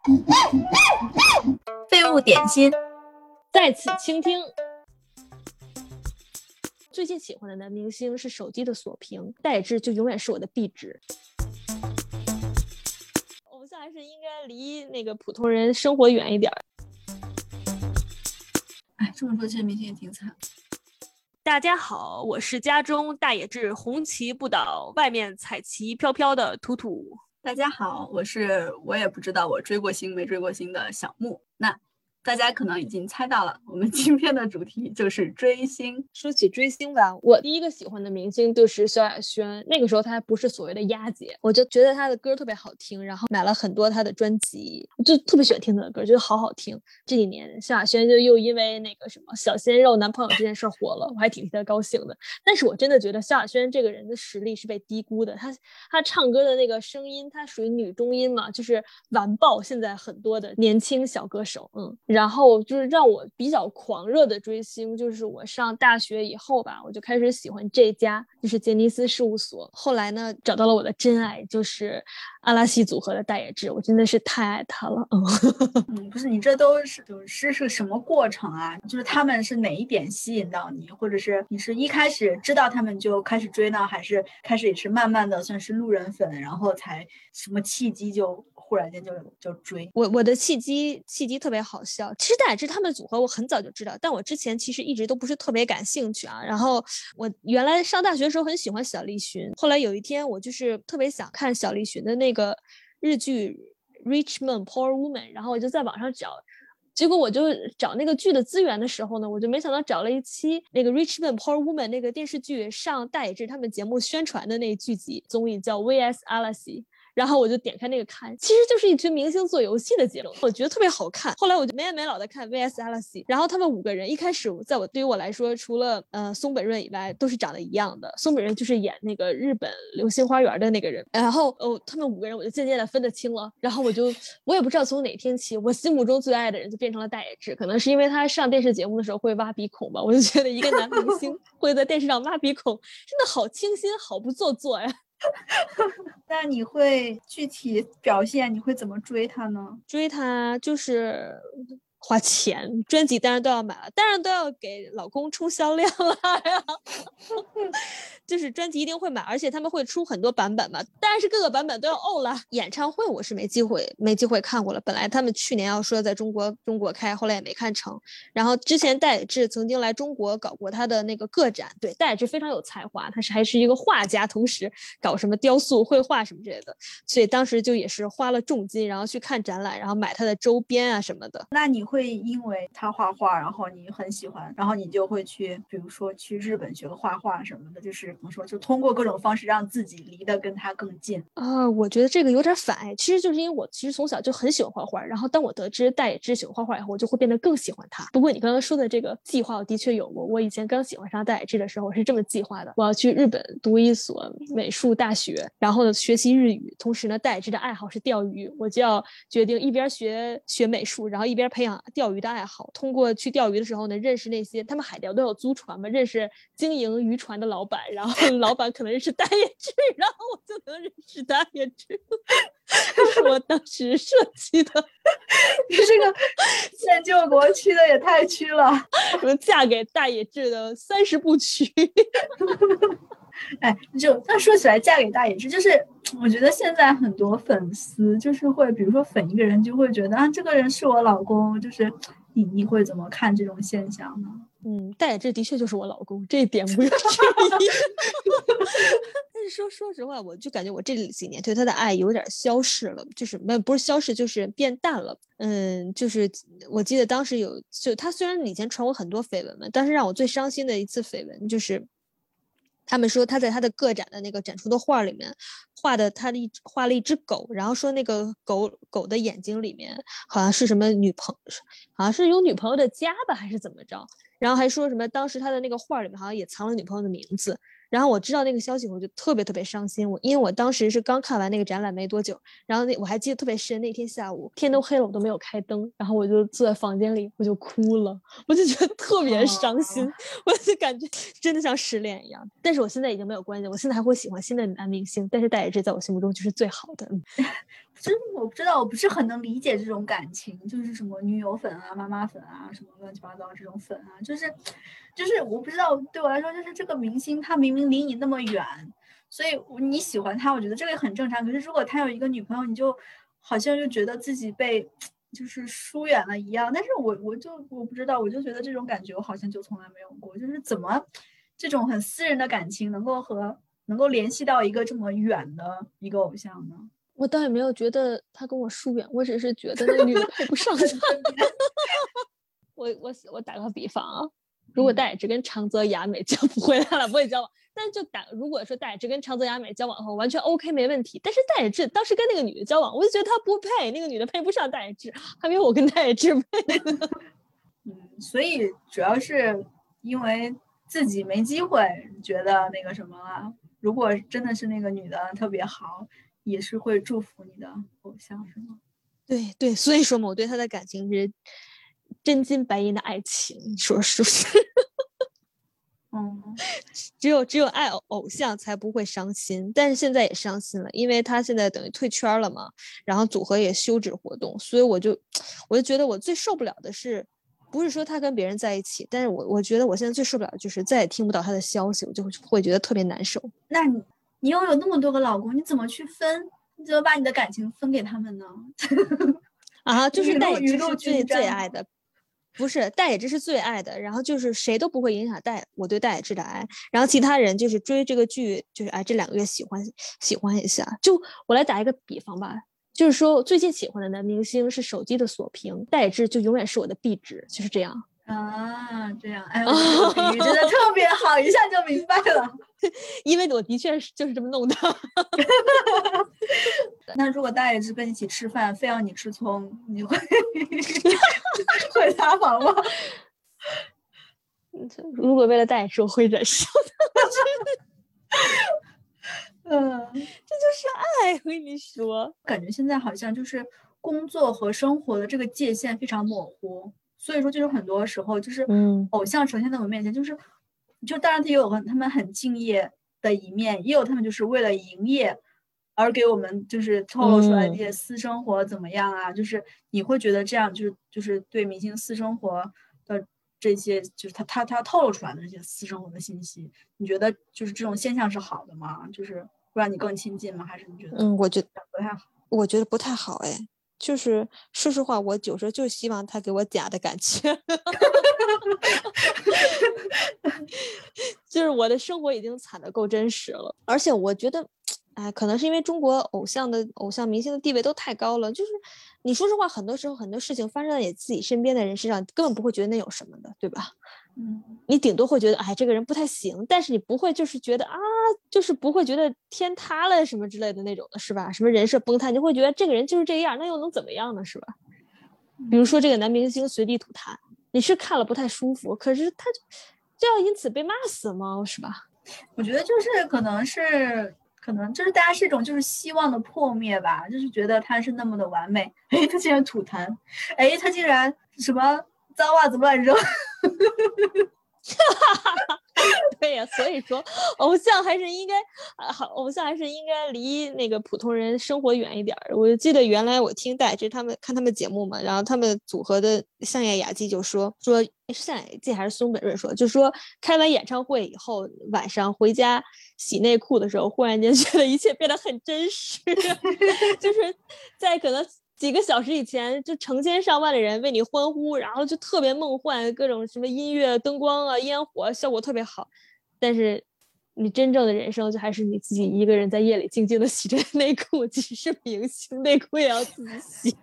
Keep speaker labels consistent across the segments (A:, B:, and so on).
A: 废物点心，
B: 在此倾听。最近喜欢的男明星是手机的锁屏，戴野智就永远是我的壁纸。偶像还是应该离那个普通人生活远一点。
A: 哎，这么说其实明星也挺惨。
B: 大家好，我是家中大野智红旗不倒，外面彩旗飘飘的图图。
A: 大家好，我也不知道我追过星没追过星的小木。那大家可能已经猜到了，我们今天的主题就是追星。
B: 说起追星吧，我第一个喜欢的明星就是萧亚轩。那个时候她还不是所谓的丫姐，我就觉得她的歌特别好听，然后买了很多她的专辑，我就特别喜欢听她的歌，觉得好好听。这几年萧亚轩就又因为那个什么小鲜肉男朋友这件事火了，我还挺替她高兴的。但是我真的觉得萧亚轩这个人的实力是被低估的，她唱歌的那个声音，她属于女中音嘛，就是完爆现在很多的年轻小歌手。然后就是让我比较狂热的追星，就是我上大学以后吧，我就开始喜欢这家，就是杰尼斯事务所。后来呢，找到了我的真爱，就是阿拉西组合的戴野智，我真的是太爱他了。
A: 不是你这都是什么过程啊？就是他们是哪一点吸引到你，或者是你是一开始知道他们就开始追呢，还是开始也是慢慢的算是路人粉，然后才什么契机就忽然间就追？
B: 我的契机特别好笑。其实戴野智他们组合我很早就知道，但我之前其实一直都不是特别感兴趣啊。然后我原来上大学的时候很喜欢小栗旬，后来有一天我就是特别想看小栗旬的那个日剧《Rich Man Poor Woman》，然后我就在网上找。结果我就找那个剧的资源的时候呢，我就没想到找了一期那个《Rich Man Poor Woman》那个电视剧上戴野智他们节目宣传的那剧集综艺叫 VS 阿拉西。然后我就点开那个看，其实就是一群明星做游戏的节目，我觉得特别好看。后来我就没完没了的看 VS 阿拉西，然后他们5个人一开始对于我来说，除了松本润以外，都是长得一样的。松本润就是演那个日本流星花园的那个人，然后他们5个人我就渐渐的分得清了。然后我也不知道从哪天起，我心目中最爱的人就变成了戴野智，可能是因为他上电视节目的时候会挖鼻孔吧，我就觉得一个男明星会在电视上挖鼻孔，真的好清新，好不做作呀。
A: 那你会具体表现，你会怎么追他呢？
B: 追他就是花钱，专辑当然都要买了，当然都要给老公冲销量了呀。就是专辑一定会买，而且他们会出很多版本嘛，当然是各个版本都要了。演唱会我是没机会看过了，本来他们去年要说在中国开，后来也没看成。然后之前戴野智曾经来中国搞过他的那个个展，对，戴野智非常有才华，他还是一个画家，同时搞什么雕塑、绘画什么之类的，所以当时就也是花了重金，然后去看展览，然后买他的周边啊什么的。
A: 那你会因为他画画，然后你很喜欢，然后你就会去，比如说去日本学个画画什么的，就是怎么说，就通过各种方式让自己离得跟他更近
B: 啊。我觉得这个有点反，其实就是因为我其实从小就很喜欢画画，然后当我得知戴野智喜欢画画以后，我就会变得更喜欢他。不过你刚刚说的这个计划，我的确有过。我以前刚喜欢上戴野智的时候，我是这么计划的：我要去日本读一所美术大学，然后呢学习日语，同时呢戴野智的爱好是钓鱼，我就要决定一边学美术，然后一边培养钓鱼的爱好。通过去钓鱼的时候呢，认识那些他们海钓都有租船嘛，认识经营渔船的老板，然后老板可能认识戴野智，然后我就能认识戴野智。这是我当时设计的。
A: 你这个现救国区的也太区了。
B: 什么嫁给大野智的30部曲。
A: 哎，那说起来嫁给大野智，就是我觉得现在很多粉丝就是会，比如说粉一个人就会觉得啊，这个人是我老公，就是你会怎么看这种现象呢？
B: 戴野智的确就是我老公，这一点不用质疑。但是说实话，我就感觉我这几年对他的爱有点消逝了，就是不是消逝，就是变淡了。就是我记得当时就他虽然以前传过很多绯闻嘛，但是让我最伤心的一次绯闻就是他们说他在他的个展的那个展出的画里面画了一只狗，然后说那个狗的眼睛里面好像是什么好像是有女朋友的家吧，还是怎么着？然后还说什么当时他的那个画里面好像也藏了女朋友的名字。然后我知道那个消息，我就特别特别伤心。因为我当时是刚看完那个展览没多久，然后我还记得特别深，那天下午天都黑了，我都没有开灯，然后我就坐在房间里，我就哭了，我就觉得特别伤心，我就感觉真的像失恋一样。但是我现在已经没有关系，我现在还会喜欢新的男明星，但是戴野智在我心目中就是最好的。
A: 真我不知道，我不是很能理解这种感情，就是什么女友粉啊、妈妈粉啊，什么乱七八糟这种粉啊，就是我不知道，对我来说，就是这个明星他明明离你那么远，所以你喜欢他，我觉得这个也很正常。可是如果他有一个女朋友，你就好像就觉得自己被就是疏远了一样。但是我不知道，我就觉得这种感觉我好像就从来没有过，就是怎么这种很私人的感情能够联系到一个这么远的一个偶像呢？
B: 我倒也没有觉得他跟我疏远，我只是觉得那个女的配不上他。我打个比方啊，如果戴野智跟长泽雅美交不回来了，不会交往，但是如果说戴野智跟长泽雅美交往后完全 OK 没问题，但是戴野智当时跟那个女的交往，我就觉得他不配，那个女的配不上戴野智，还没有我跟戴野智配呢。
A: 所以主要是因为自己没机会，觉得那个什么了。如果真的是那个女的特别好，也是会祝福你的偶像，是吗？
B: 对对，所以说嘛，我对他的感情是真金白银的爱情，你说是不是？只有爱偶像才不会伤心，但是现在也伤心了，因为他现在等于退圈了嘛，然后组合也休止活动，所以我就觉得我最受不了的是，不是说他跟别人在一起，但是我觉得我现在最受不了的就是再也听不到他的消息，我就会觉得特别难受。
A: 那你拥有那么多个老公，你怎么去分？你怎么把你的感情分给他们呢？
B: 啊，就是戴野智是最爱的。不是戴野智是最爱的，然后就是谁都不会影响我对戴野智的爱，然后其他人就是追这个剧，就是这2个月喜欢一下。就我来打一个比方吧，就是说最近喜欢的男明星是手机的锁屏，戴野智就永远是我的壁纸，就是这样。
A: 啊，这样，哎，我觉得比喻真的特别好，一下就明白了。
B: 因为我的确是就是这么弄的。
A: 那如果大野智跟你一起吃饭，非要你吃葱，你会会撒谎吗？
B: 如果为了戴野智，我会忍受的。这就是爱，我跟你说，
A: 感觉现在好像就是工作和生活的这个界限非常模糊，所以说就是很多时候就是偶像呈现在我面前，就当然他也有他们很敬业的一面，也有他们就是为了营业而给我们就是透露出来这些私生活怎么样啊，就是你会觉得这样就是对明星私生活的这些就是他透露出来的这些私生活的信息，你觉得就是这种现象是好的吗？就是会让你更亲近吗？还是你觉得
B: 我觉得
A: 不太好？
B: 我觉得不太好哎，就是说实话，我有时候就希望他给我假的感觉。就是我的生活已经惨得够真实了，而且我觉得哎，可能是因为中国偶像明星的地位都太高了，就是你说实话，很多时候很多事情发生在你自己身边的人身上，根本不会觉得那有什么的，对吧？你顶多会觉得哎，这个人不太行，但是你不会就是觉得啊，就是不会觉得天塌了什么之类的那种的，是吧？什么人设崩塌，你就会觉得这个人就是这样，那又能怎么样呢，是吧？比如说这个男明星随地吐痰，你是看了不太舒服，可是他就要因此被骂死吗？是吧？
A: 我觉得就是可能就是大家是一种就是希望的破灭吧，就是觉得他是那么的完美，哎，他竟然吐痰，哎，他竟然什么脏袜子乱扔。
B: 对呀，所以说偶像还是应该偶像还是应该离那个普通人生活远一点。我记得原来我听戴志他们看他们节目嘛，然后他们组合的相叶雅纪就说是相叶雅纪还是松本润说，就说开完演唱会以后晚上回家洗内裤的时候，忽然间觉得一切变得很真实，就是在可能几个小时以前，就成千上万的人为你欢呼，然后就特别梦幻，各种什么音乐、灯光啊、烟火，效果特别好。但是你真正的人生，就还是你自己一个人在夜里静静的洗着内裤，即使是明星内裤也要自己洗。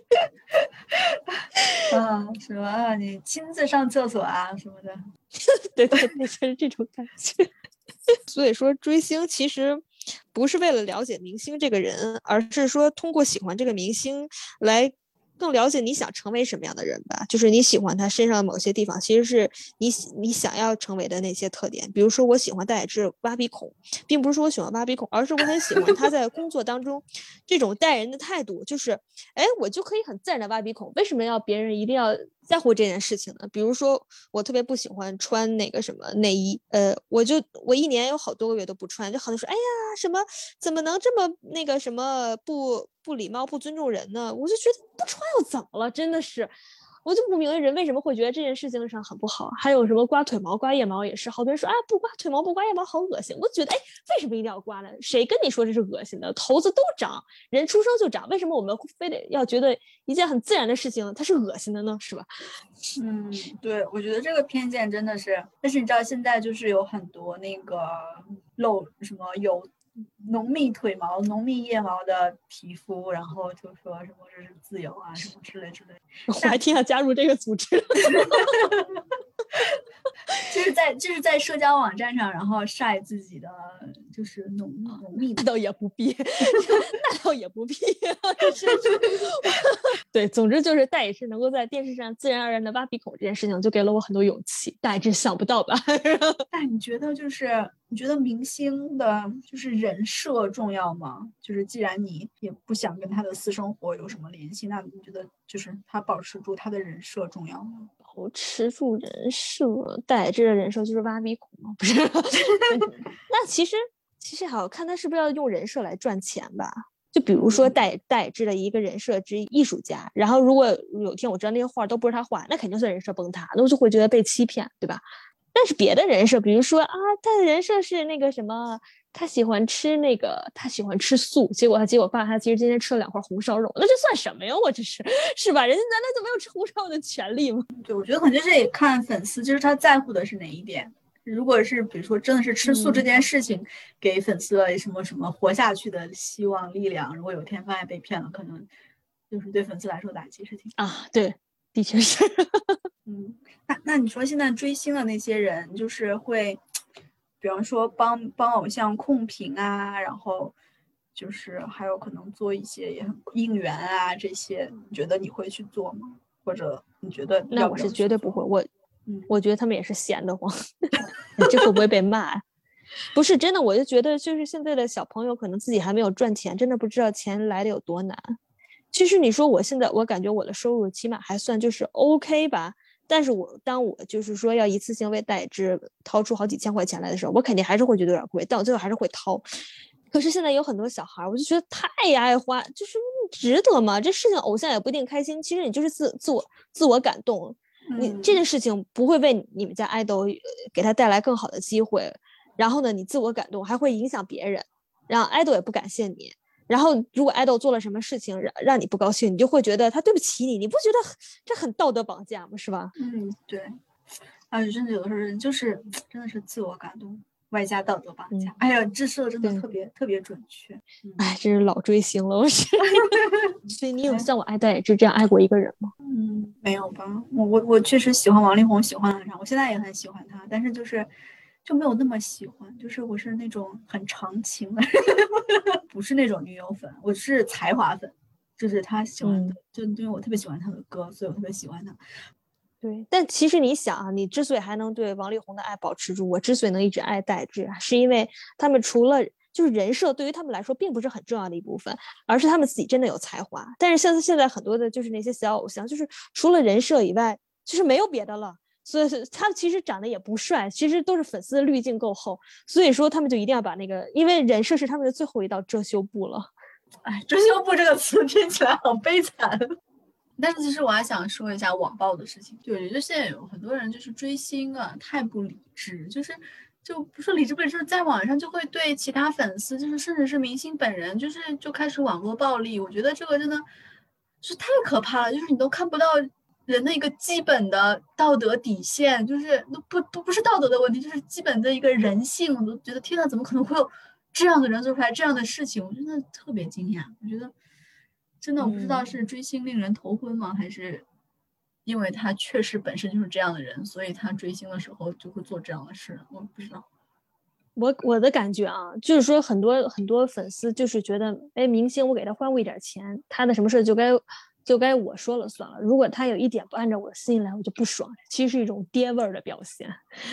A: 什么你亲自上厕所啊什么的。
B: 对对对，就是这种感觉。所以说追星其实不是为了了解明星这个人，而是说通过喜欢这个明星来更了解你想成为什么样的人吧。就是你喜欢他身上某些地方，其实是你想要成为的那些特点。比如说我喜欢戴野智挖鼻孔，并不是说我喜欢挖鼻孔，而是我很喜欢他在工作当中这种待人的态度，就是哎，我就可以很自然的挖鼻孔，为什么要别人一定要在乎这件事情呢？比如说我特别不喜欢穿那个什么内衣，我一年有好多个月都不穿，就好多说哎呀什么怎么能这么那个什么不不礼貌、不尊重人呢？我就觉得不穿又怎么了？真的是。我就不明白人为什么会觉得这件事情上很不好。还有什么刮腿毛、刮腋毛也是，好多人说不刮腿毛、不刮腋毛好恶心。我觉得为什么一定要刮呢？谁跟你说这是恶心的？头子都长，人出生就长，为什么我们非得要觉得一件很自然的事情它是恶心的呢？是吧？
A: 对，我觉得这个偏见真的是，但是你知道现在就是有很多那个什么有浓密腿毛、浓密腋毛的皮肤，然后就说什么这是自由啊什么之类。
B: 我还挺想加入这个组织。
A: 就是在社交网站上，然后晒自己的就是浓密的，
B: 那倒也不必，那倒也不必。对，总之就是戴也是能够在电视上自然而然的挖鼻孔这件事情，就给了我很多勇气。大家真想不到吧？
A: 但你觉得明星的就是人设重要吗？就是既然你也不想跟他的私生活有什么联系，那你觉得就是他保持住他的人设重要吗？
B: 保持住人设，戴这个人设就是挖鼻孔吗？不是。那其实好看他是不是要用人设来赚钱吧？就比如说戴之的一个人设之艺术家，然后如果有一天我知道那些画都不是他画，那肯定是人设崩塌，那我就会觉得被欺骗，对吧？但是别的人设，比如说他的人设是那个什么，他喜欢吃素，结果发现他其实今天吃了2块红烧肉，那这算什么呀？我这是吧？人家难道就没有吃红烧肉的权利吗？
A: 对，我觉得可能这也看粉丝，就是他在乎的是哪一点。如果是比如说真的是吃素这件事情给粉丝了什么什么活下去的希望力量，如果有天发现被骗了，可能就是对粉丝来说打击是挺
B: 对，的确是。
A: 那你说现在追星的那些人，就是会，比方说帮偶像控评啊，然后就是还有可能做一些也很应援啊这些，你觉得你会去做吗？或者你觉得
B: 那我是绝对不会，我觉得他们也是闲得慌。这会不会被骂？不是真的，我就觉得就是现在的小朋友可能自己还没有赚钱，真的不知道钱来的有多难。其实你说我感觉我的收入起码还算就是 OK 吧，但是当我就是说要一次性为代支掏出好几千块钱来的时候，我肯定还是会觉得有点贵，但我最后还是会掏。可是现在有很多小孩，我就觉得太爱花，就是值得吗？这事情偶像也不一定开心，其实你就是自我感动。你这件事情不会为你们家爱豆给他带来更好的机会，然后呢，你自我感动还会影响别人，然后爱豆也不感谢你，然后如果爱豆做了什么事情让你不高兴，你就会觉得他对不起你，你不觉得这很道德绑架吗？是吧？
A: 对。真的有的时候人就是真的是自我感动外加道德绑架。哎呀，这说的真的特别准确。
B: 真是老追星了，我是。所以你有像我爱戴之这样爱过一个人吗？
A: 没有吧。我确实喜欢王力宏，喜欢很长，我现在也很喜欢他，但是就没有那么喜欢，就是我是那种很长情的人，不是那种女友粉，我是才华粉，就是他喜欢的，就因为我特别喜欢他的歌，所以我特别喜欢他。
B: 对，但其实你想啊，你之所以还能对王力宏的爱保持住，我之所以能一直爱戴之，是因为他们除了就是人设对于他们来说并不是很重要的一部分，而是他们自己真的有才华。但是像现在很多的就是那些小偶像，就是除了人设以外，就是没有别的了。所以他其实长得也不帅，其实都是粉丝的滤镜够厚，所以说他们就一定要把那个，因为人设是他们的最后一道遮羞布了。
A: 遮羞布这个词听起来好悲惨。但是其实我还想说一下网暴的事情。对，我觉得现在有很多人就是追星啊，太不理智，就不说理智不理智，在网上就会对其他粉丝，就是甚至是明星本人，就开始网络暴力。我觉得这个真的是太可怕了，就是你都看不到人的一个基本的道德底线，就是不是道德的问题，就是基本的一个人性。我都觉得天哪，怎么可能会有这样的人做出来这样的事情？我真的特别惊讶。我觉得真的我不知道是追星令人头昏吗，还是因为他确实本身就是这样的人，所以他追星的时候就会做这样的事。我不知道。
B: 我的感觉啊，就是说很多粉丝就是觉得，明星我给他花过一点钱，他的什么事就该我说了算了。如果他有一点不按照我的心意来，我就不爽。其实是一种爹味儿的表现。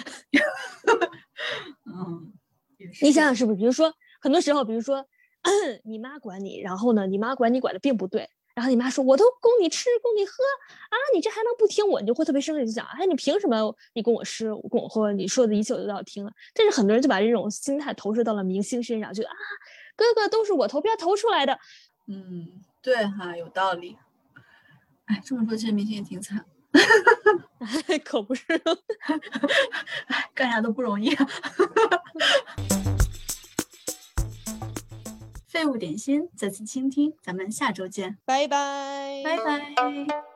B: 你想想是不是？比如说很多时候，比如说你妈管你，然后呢，你妈管的并不对，然后你妈说我都供你吃供你喝啊，你这还能不听我？你就会特别生气，就想，你凭什么你供我吃供我喝？你说的一切我都要听了。但是很多人就把这种心态投射到了明星身上，觉得哥哥都是我投票投出来的。
A: 对哈，有道理。哎，这么说这些明星也挺惨。
B: 可不是。
A: 哎，干啥都不容易啊。废物点心，再次倾听，咱们下周见，
B: 拜拜，
A: 拜拜。